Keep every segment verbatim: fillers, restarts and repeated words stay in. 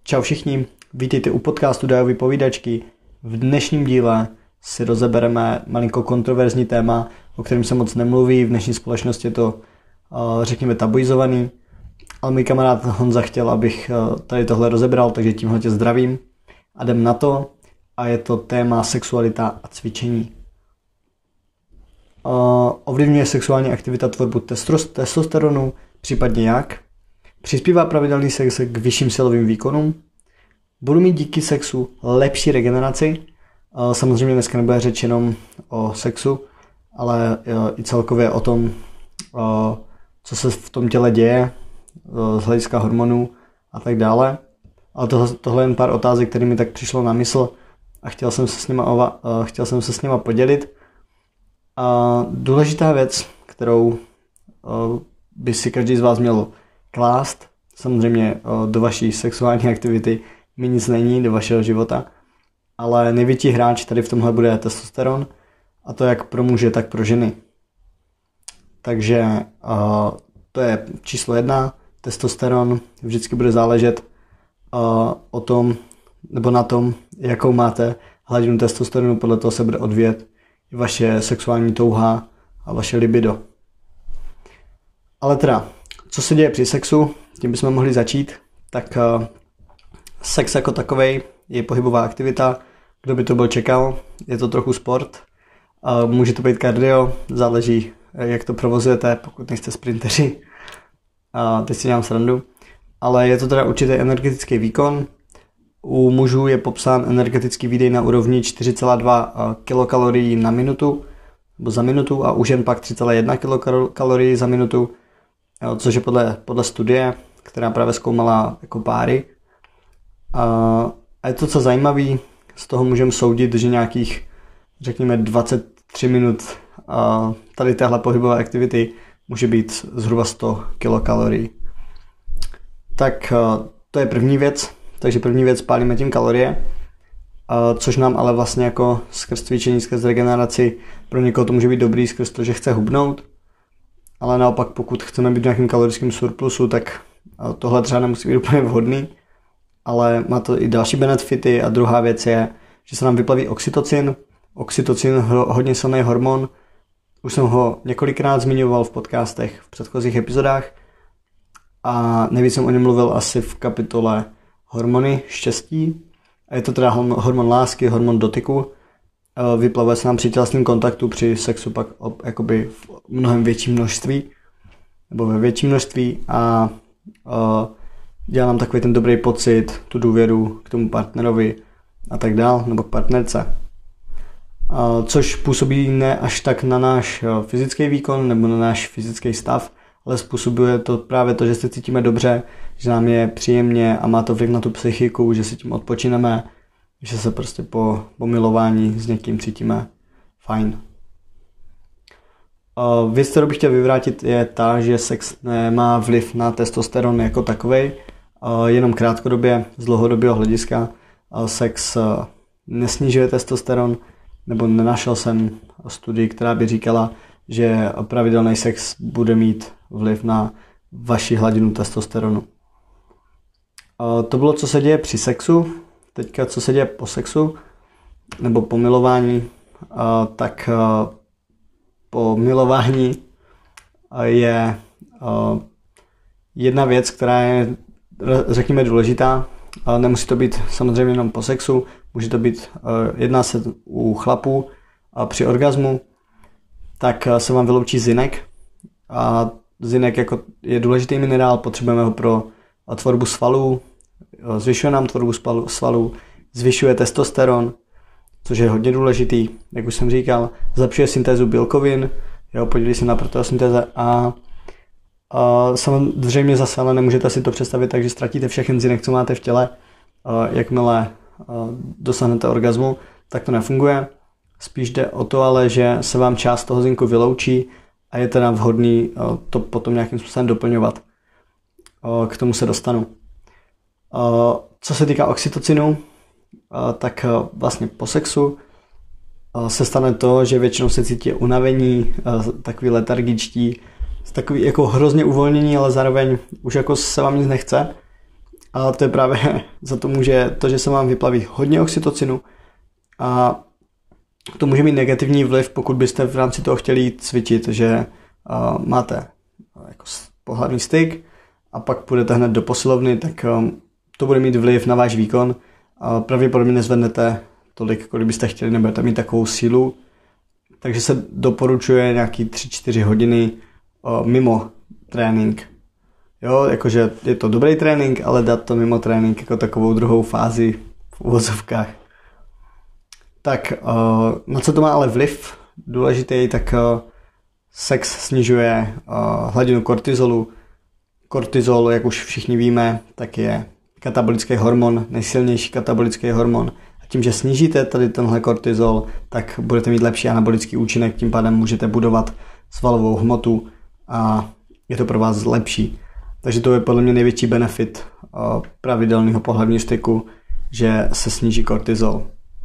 Čau všichni, vítejte u podcastu Dajovy povídačky. V dnešním díle si rozebereme malinko kontroverzní téma, o kterém se moc nemluví. V dnešní společnosti je to, řekněme, tabuizovaný. Ale můj kamarád Honza chtěl, abych tady tohle rozebral, takže tímhle tě zdravím. A jdem na to. A je to téma sexualita a cvičení. Ovlivňuje sexuální aktivita tvorbu testosteronu, případně jak? Přispívá pravidelný sex k vyšším silovým výkonům? Budu mít díky sexu lepší regeneraci? Samozřejmě dneska nebude řeč jenom o sexu, ale i celkově o tom, co se v tom těle děje z hlediska hormonů a tak dále. Ale tohle, tohle je jen pár otázek, které mi tak přišlo na mysl a chtěl jsem se s nima, ova, chtěl jsem se s nima podělit. A důležitá věc, kterou by si každý z vás měl klást, samozřejmě do vaší sexuální aktivity mi nic není, do vašeho života, ale největší hráč tady v tomhle bude testosteron, a to jak pro muže, tak pro ženy. Takže uh, to je číslo jedna. Testosteron vždycky bude záležet uh, o tom, nebo na tom, jakou máte hladinu testosteronu, podle toho se bude odvíjet i vaše sexuální touha a vaše libido. Ale teda, co se děje při sexu, tím bychom mohli začít, tak uh, sex jako takovej je pohybová aktivita, kdo by to byl čekal, je to trochu sport, uh, může to být kardio, záleží, jak to provozujete, pokud nejste sprinteři, uh, teď si dělám srandu, ale je to teda určitý energetický výkon. U mužů je popsán energetický výdej na úrovni čtyři celá dva kilokalorií na minutu, nebo za minutu, a u žen pak tři celá jedna kilokalorií za minutu, což je podle, podle studie, která právě zkoumala jako páry. A je to co zajímavý, z toho můžeme soudit, že nějakých, řekněme, dvacet tři minut tady téhle pohybové aktivity může být zhruba sto kilokalorií. Tak to je první věc, takže první věc, pálíme tím kalorie, což nám ale vlastně jako skrz cvičení, skrz regeneraci, pro někoho to může být dobrý skrz to, že chce hubnout, ale naopak pokud chceme být v nějakým kalorickém surplusu, tak tohle třeba nemusí být úplně vhodný, ale má to i další benefity. A druhá věc je, že se nám vyplaví oxytocin. Oxytocin, hodně silný hormon, už jsem ho několikrát zmiňoval v podcastech v předchozích epizodách a nejvíc jsem o něm mluvil asi v kapitole hormony štěstí. A je to teda hormon lásky, hormon dotyku. Vyplavuje se nám při tělesném kontaktu, při sexu pak jakoby v mnohem větším množství, nebo ve větším množství, a uh, dělá nám takový ten dobrý pocit, tu důvěru k tomu partnerovi a tak dál, nebo k partnerce. Uh, což působí ne až tak na náš uh, fyzický výkon nebo na náš fyzický stav, ale způsobuje to právě to, že se cítíme dobře, že nám je příjemně a má to vliv na tu psychiku, že si tím odpočineme, že se prostě po, po milování s někým cítíme fajn. Uh, věc, kterou bych chtěl vyvrátit, je ta, že sex nemá vliv na testosteron jako takovej, uh, jenom krátkodobě, z dlouhodobého hlediska. Uh, sex uh, nesnižuje testosteron, nebo nenašel jsem studii, která by říkala, že pravidelný sex bude mít vliv na vaši hladinu testosteronu. Uh, to bylo, co se děje při sexu. Teďka, co se děje po sexu, nebo po milování, uh, tak uh, po milování uh, je uh, jedna věc, která je, řekněme, důležitá. Uh, nemusí to být samozřejmě jenom po sexu, může to být, uh, jedná se u chlapů uh, při orgazmu, tak uh, se vám vyloučí zinek. A zinek jako je důležitý minerál, potřebujeme ho pro uh, tvorbu svalů, zvyšuje nám tvorbu svalů, zvyšuje testosteron, což je hodně důležitý, jak už jsem říkal, zlepšuje syntézu bílkovin, jo, podílí se na proteosyntéze a, a samozřejmě zase ale nemůžete si to představit tak, že ztratíte všechny zinek, co máte v těle, a jakmile a dosáhnete orgazmu, tak to nefunguje. Spíš jde o to ale, že se vám část toho zinku vyloučí a je teda vhodný to potom nějakým způsobem doplňovat. K tomu se dostanu. Uh, co se týká oxytocinu, uh, tak uh, vlastně po sexu uh, se stane to, že většinou se cítí unavení, uh, takový letargičtí, takový jako hrozně uvolnění, ale zároveň už jako se vám nic nechce. A to je právě za to může to, že se vám vyplaví hodně oxytocinu a to může mít negativní vliv, pokud byste v rámci toho chtěli cvičit, že uh, máte jako pohlavní styk a pak půjdete hned do posilovny, tak um, to bude mít vliv na váš výkon. Uh, pravděpodobně nezvednete tolik, kolik byste chtěli, nebudete mít takovou sílu. Takže se doporučuje nějaký tři čtyři hodiny uh, mimo trénink. Jo, jakože je to dobrý trénink, ale dát to mimo trénink jako takovou druhou fázi v uvozovkách. Tak, uh, na co to má ale vliv důležitý, tak uh, sex snižuje uh, hladinu kortizolu. Kortizol, jak už všichni víme, tak je katabolický hormon, nejsilnější katabolický hormon. A tím, že snížíte tady tenhle kortizol, tak budete mít lepší anabolický účinek, tím pádem můžete budovat svalovou hmotu a je to pro vás lepší. Takže to je podle mě největší benefit uh, pravidelného pohlavního styku, že se sníží kortizol.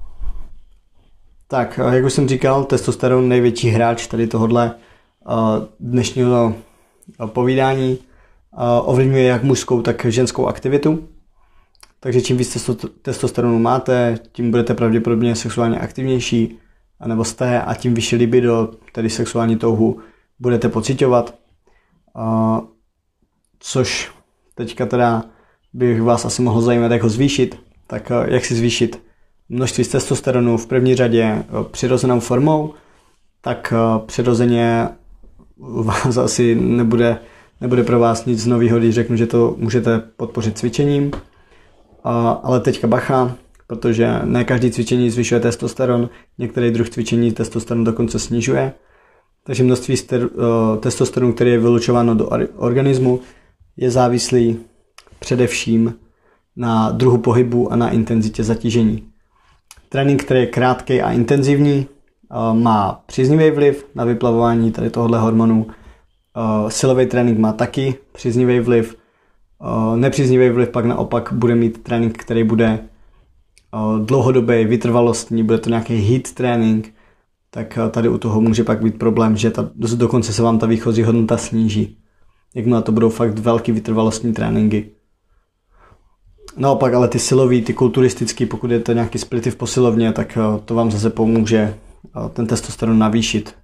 Tak, jak už jsem říkal, testosteron největší hráč tady tohodle uh, dnešního uh, povídání uh, ovlivňuje jak mužskou, tak ženskou aktivitu. Takže čím víc testosteronu máte, tím budete pravděpodobně sexuálně aktivnější, nebo jste, a tím vyšší libido, tedy sexuální touhu, budete pociťovat. Uh, což teďka teda bych vás asi mohl zajímat, jak ho zvýšit. Tak uh, jak si zvýšit množství testosteronu v první řadě přirozenou formou, tak přirozeně vás asi nebude, nebude pro vás nic nového, když řeknu, že to můžete podpořit cvičením. Ale teďka bacha, protože ne každý cvičení zvyšuje testosteron, některý druh cvičení testosteron dokonce snižuje. Takže množství testosteronu, který je vylučováno do organismu, je závislý především na druhu pohybu a na intenzitě zatížení. Trénink, který je krátký a intenzivní, má příznivý vliv na vyplavování tady tohohle hormonu. Silový trénink má taky příznivý vliv. Nepříznivý vliv pak naopak bude mít trénink, který bude dlouhodobý, vytrvalostní, bude to nějaký hit trénink, tak tady u toho může pak být problém, že ta, dokonce se vám ta výchozí hodnota sníží. Jakmile to budou fakt velký vytrvalostní tréninky. Naopak, ale ty silový, ty kulturistický, pokud je to nějaký splity v posilovně, tak to vám zase pomůže ten testosteron navýšit.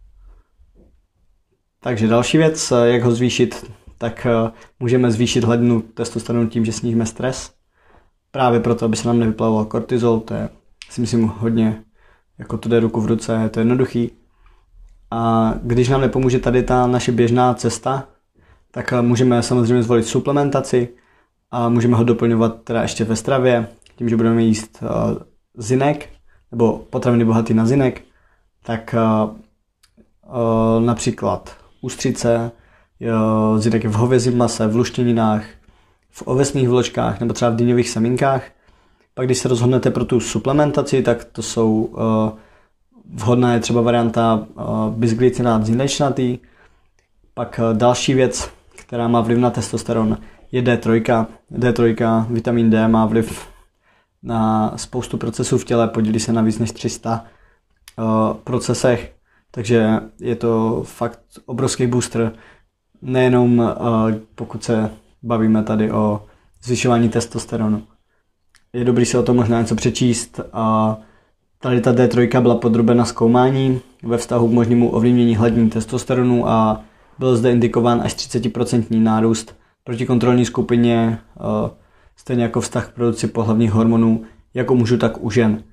Takže další věc, jak ho zvýšit, tak můžeme zvýšit hladinu testosteronu tím, že snížíme stres. Právě proto, aby se nám nevyplavoval kortizol, to je, si myslím, hodně, jako to jde ruku v ruce, je to jednoduchý. A když nám nepomůže tady ta naše běžná cesta, tak můžeme samozřejmě zvolit suplementaci, a můžeme ho doplňovat teda ještě ve stravě, tím, že budeme jíst uh, zinek, nebo potraviny bohatý na zinek, tak uh, uh, například ústřice, uh, zinek je v hovězím mase, v luštěninách, v ovesných vločkách nebo třeba v dyňových semínkách. Pak když se rozhodnete pro tu suplementaci, tak to jsou uh, vhodná je třeba varianta uh, bisglycinát zinečnatý. Pak uh, další věc, která má vliv na testosteron, je D tři. D tři, vitamin D, má vliv na spoustu procesů v těle, podílí se na víc než tři sta uh, procesech, takže je to fakt obrovský booster, nejenom uh, pokud se bavíme tady o zvyšování testosteronu. Je dobrý se o tom možná něco přečíst. Uh, tady ta D tři byla podrobena zkoumání ve vztahu k možnému ovlivnění hladiny testosteronu a byl zde indikován až třicet procent nárůst proti kontrolní skupině, stejně jako vztah k produkci pohlavních hormonů, jako mužů, tak u žen.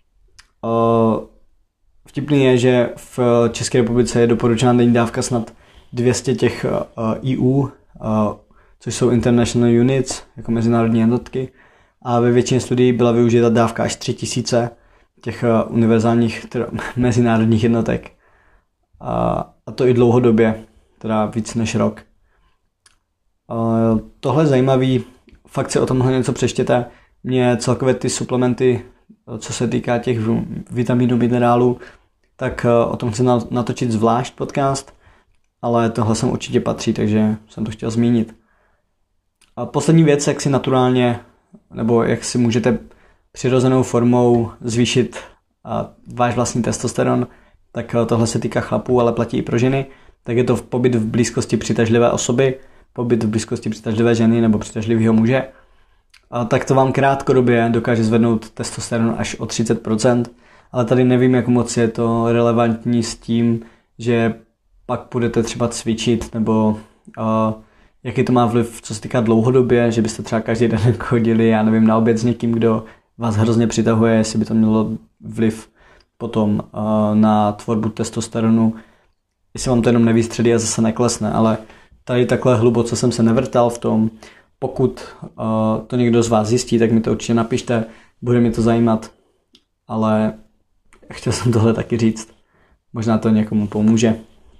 Vtipný je, že v České republice je doporučená denní dávka snad dvě stě těch E U, což jsou International Units, jako mezinárodní jednotky, a ve většině studií byla využita dávka až tři tisíce těch univerzálních teda, mezinárodních jednotek. A to i dlouhodobě, teda víc než rok. Uh, tohle je zajímavý, fakt si o tomhle něco přečtěte. Mě celkově ty suplementy, co se týká těch vitaminů, minerálů, tak uh, o tom chci natočit zvlášť podcast, ale tohle sem určitě patří, takže jsem to chtěl zmínit. A poslední věc, jak si naturálně, nebo jak si můžete přirozenou formou zvýšit uh, váš vlastní testosteron, tak uh, tohle se týká chlapů, ale platí i pro ženy, tak je to v pobyt v blízkosti přitažlivé osoby, pobyt v blízkosti přitažlivé ženy nebo přitažlivého muže. tak to vám krátkodobě dokáže zvednout testosteron až o třicet procent, ale tady nevím, jak moc je to relevantní s tím, že pak budete třeba cvičit, nebo uh, jaký to má vliv, co se týká dlouhodobě, že byste třeba každý den chodili, já nevím, na oběd s někým, kdo vás hrozně přitahuje, jestli by to mělo vliv potom uh, na tvorbu testosteronu, jestli vám to jenom nevystředí a zase neklesne, ale tady takhle hluboce jsem se nevrtal v tom. Pokud uh, to někdo z vás zjistí, tak mi to určitě napište, bude mi to zajímat, ale chtěl jsem tohle taky říct. Možná to někomu pomůže.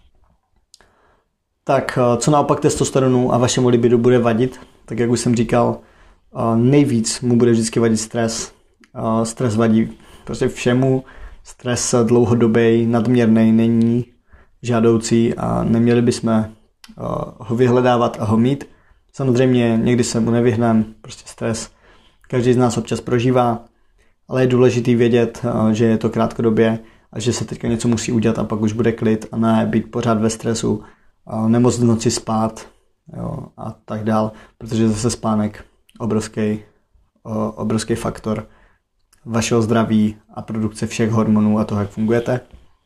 Tak uh, co naopak testosteronu a vašemu libidu bude vadit? Tak jak už jsem říkal, uh, nejvíc mu bude vždycky vadit stres. Uh, stres vadí prostě všemu. Stres dlouhodobý, nadměrný není žádoucí a neměli bychom uh, ho vyhledávat a ho mít. Samozřejmě někdy se mu nevyhneme, prostě stres každý z nás občas prožívá, ale je důležitý vědět, že je to krátkodobě a že se teďka něco musí udělat a pak už bude klid a ne být pořád ve stresu, nemoc v noci spát, jo, a tak dál, protože zase spánek obrovský, obrovský faktor vašeho zdraví a produkce všech hormonů a toho, jak fungujete.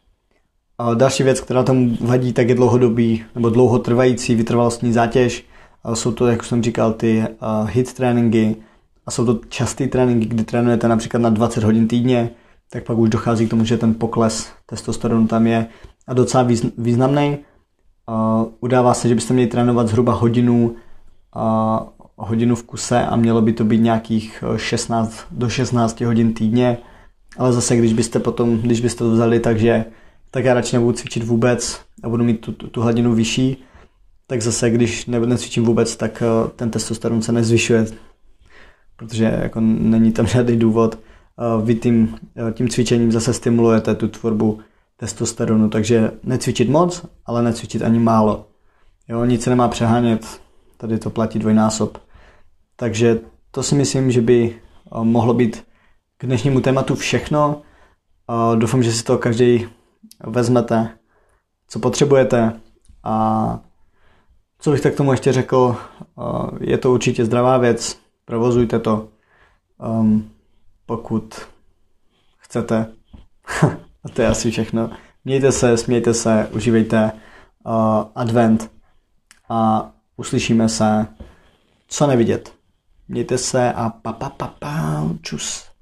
A další věc, která tomu vadí, tak je dlouhodobý nebo dlouhotrvající vytrvalostní zátěž. Jsou to, jak jsem říkal, ty uh, hit tréninky a jsou to časté tréninky, kdy trénujete například na dvacet hodin týdně, tak pak už dochází k tomu, že ten pokles testosteronu tam je a docela významný. Uh, udává se, že byste měli trénovat zhruba hodinu, uh, hodinu v kuse a mělo by to být nějakých šestnáct do šestnácti hodin týdně, ale zase, když byste potom, když byste to vzali, takže tak já radši nebudu cvičit vůbec a budu mít tu, tu, tu hladinu vyšší, tak zase, když necvičím vůbec, tak ten testosteron se nezvyšuje, protože jako není tam žádný důvod. Vy tím, tím cvičením zase stimulujete tu tvorbu testosteronu, takže necvičit moc, ale necvičit ani málo. Jo, nic se nemá přehánět, tady to platí dvojnásob. Takže to si myslím, že by mohlo být k dnešnímu tématu všechno. Doufám, že si to každý vezmete, co potřebujete a co bych tak tomu ještě řekl, je to určitě zdravá věc, provozujte to, um, pokud chcete. A to je asi všechno. Mějte se, smějte se, užívejte uh, advent a uslyšíme se co nevidět. Mějte se a pa pa pa pa, čus.